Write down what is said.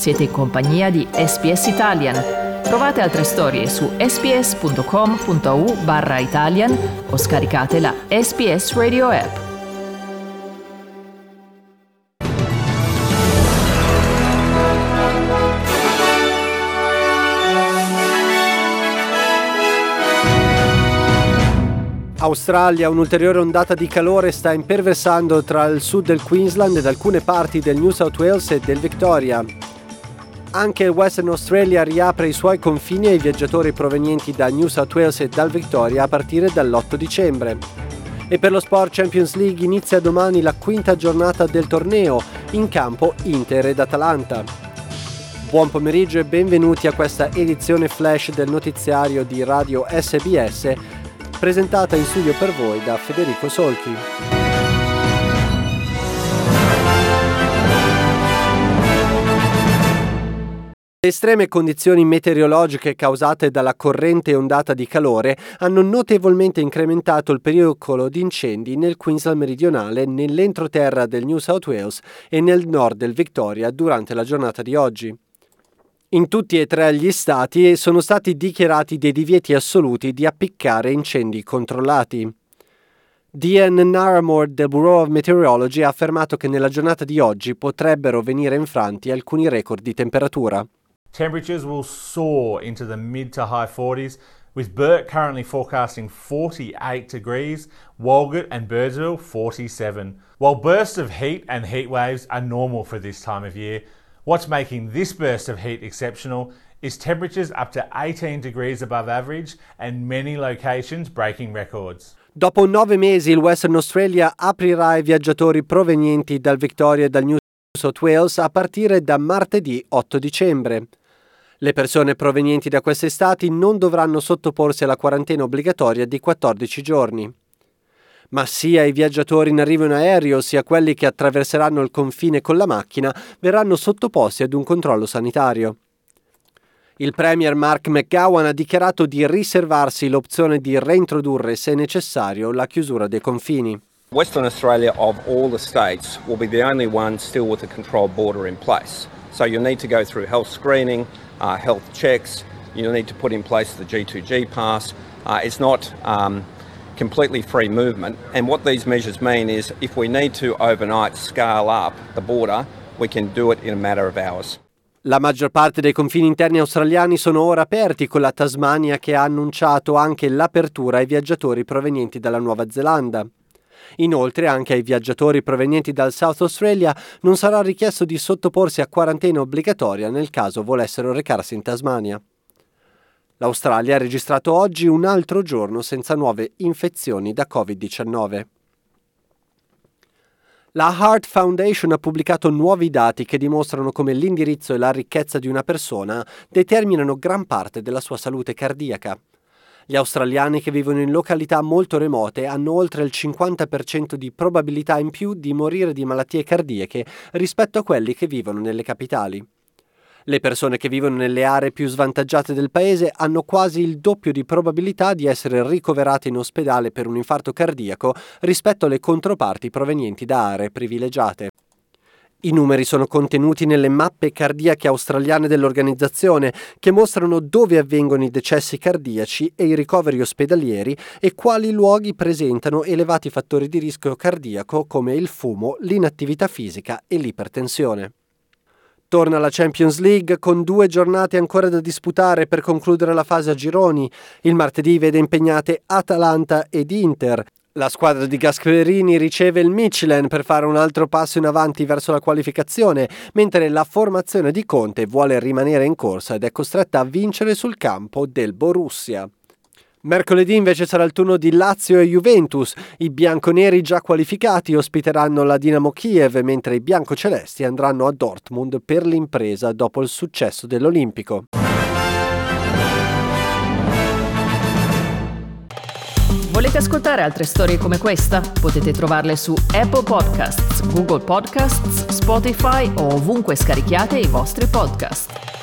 Siete in compagnia di SPS Italian. Trovate altre storie su sps.com.au/Italian o scaricate la SPS Radio app. Australia, un'ulteriore ondata di calore sta imperversando tra il sud del Queensland ed alcune parti del New South Wales e del Victoria. Anche il Western Australia riapre i suoi confini ai viaggiatori provenienti da New South Wales e dal Victoria a partire dall'8 dicembre. E per lo Sport Champions League inizia domani la quinta giornata del torneo, in campo Inter ed Atalanta. Buon pomeriggio e benvenuti a questa edizione flash del notiziario di Radio SBS, presentata in studio per voi da Federico Solchi. Le estreme condizioni meteorologiche causate dalla corrente ondata di calore hanno notevolmente incrementato il pericolo di incendi nel Queensland meridionale, nell'entroterra del New South Wales e nel nord del Victoria durante la giornata di oggi. In tutti e tre gli stati sono stati dichiarati dei divieti assoluti di appiccare incendi controllati. Dian Naramore del Bureau of Meteorology ha affermato che nella giornata di oggi potrebbero venire infranti alcuni record di temperatura. Temperatures will soar into the mid to high 40s, with Burt currently forecasting 48 degrees, Walgett and Birdsville 47. While bursts of heat and heat waves are normal for this time of year, what's making this burst of heat exceptional is temperatures up to 18 degrees above average and many locations breaking records. Dopo 9 mesi il Western Australia aprirà ai viaggiatori provenienti dal Victoria e dal New South Wales a partire da martedì 8 dicembre. Le persone provenienti da questi stati non dovranno sottoporsi alla quarantena obbligatoria di 14 giorni. Ma sia i viaggiatori in arrivo in aereo sia quelli che attraverseranno il confine con la macchina verranno sottoposti ad un controllo sanitario. Il premier Mark McGowan ha dichiarato di riservarsi l'opzione di reintrodurre, se necessario, la chiusura dei confini. Western Australia, of all the states, will be the only one still with a controlled border in place. So you'll need to go through health screening, health checks, you'll need to put in place the G2G pass. It's not completely free movement, and what these measures mean is if we need to overnight scale up the border, we can do it in a matter of hours. La maggior parte dei confini interni australiani sono ora aperti, con la Tasmania che ha annunciato anche l'apertura ai viaggiatori provenienti dalla Nuova Zelanda. Inoltre anche ai viaggiatori provenienti dal South Australia non sarà richiesto di sottoporsi a quarantena obbligatoria nel caso volessero recarsi in Tasmania. L'Australia ha registrato oggi un altro giorno senza nuove infezioni da Covid-19. La Heart Foundation ha pubblicato nuovi dati che dimostrano come l'indirizzo e la ricchezza di una persona determinano gran parte della sua salute cardiaca. Gli australiani che vivono in località molto remote hanno oltre il 50% di probabilità in più di morire di malattie cardiache rispetto a quelli che vivono nelle capitali. Le persone che vivono nelle aree più svantaggiate del paese hanno quasi il doppio di probabilità di essere ricoverate in ospedale per un infarto cardiaco rispetto alle controparti provenienti da aree privilegiate. I numeri sono contenuti nelle mappe cardiache australiane dell'organizzazione, che mostrano dove avvengono i decessi cardiaci e i ricoveri ospedalieri e quali luoghi presentano elevati fattori di rischio cardiaco come il fumo, l'inattività fisica e l'ipertensione. Torna la Champions League con 2 giornate ancora da disputare per concludere la fase a gironi. Il martedì vede impegnate Atalanta ed Inter. La squadra di Gasperini riceve il Michelin per fare un altro passo in avanti verso la qualificazione, mentre la formazione di Conte vuole rimanere in corsa ed è costretta a vincere sul campo del Borussia. Mercoledì invece sarà il turno di Lazio e Juventus. I bianconeri già qualificati ospiteranno la Dinamo Kiev, mentre i biancocelesti andranno a Dortmund per l'impresa dopo il successo dell'Olimpico. Volete ascoltare altre storie come questa? Potete trovarle su Apple Podcasts, Google Podcasts, Spotify o ovunque scarichiate i vostri podcast.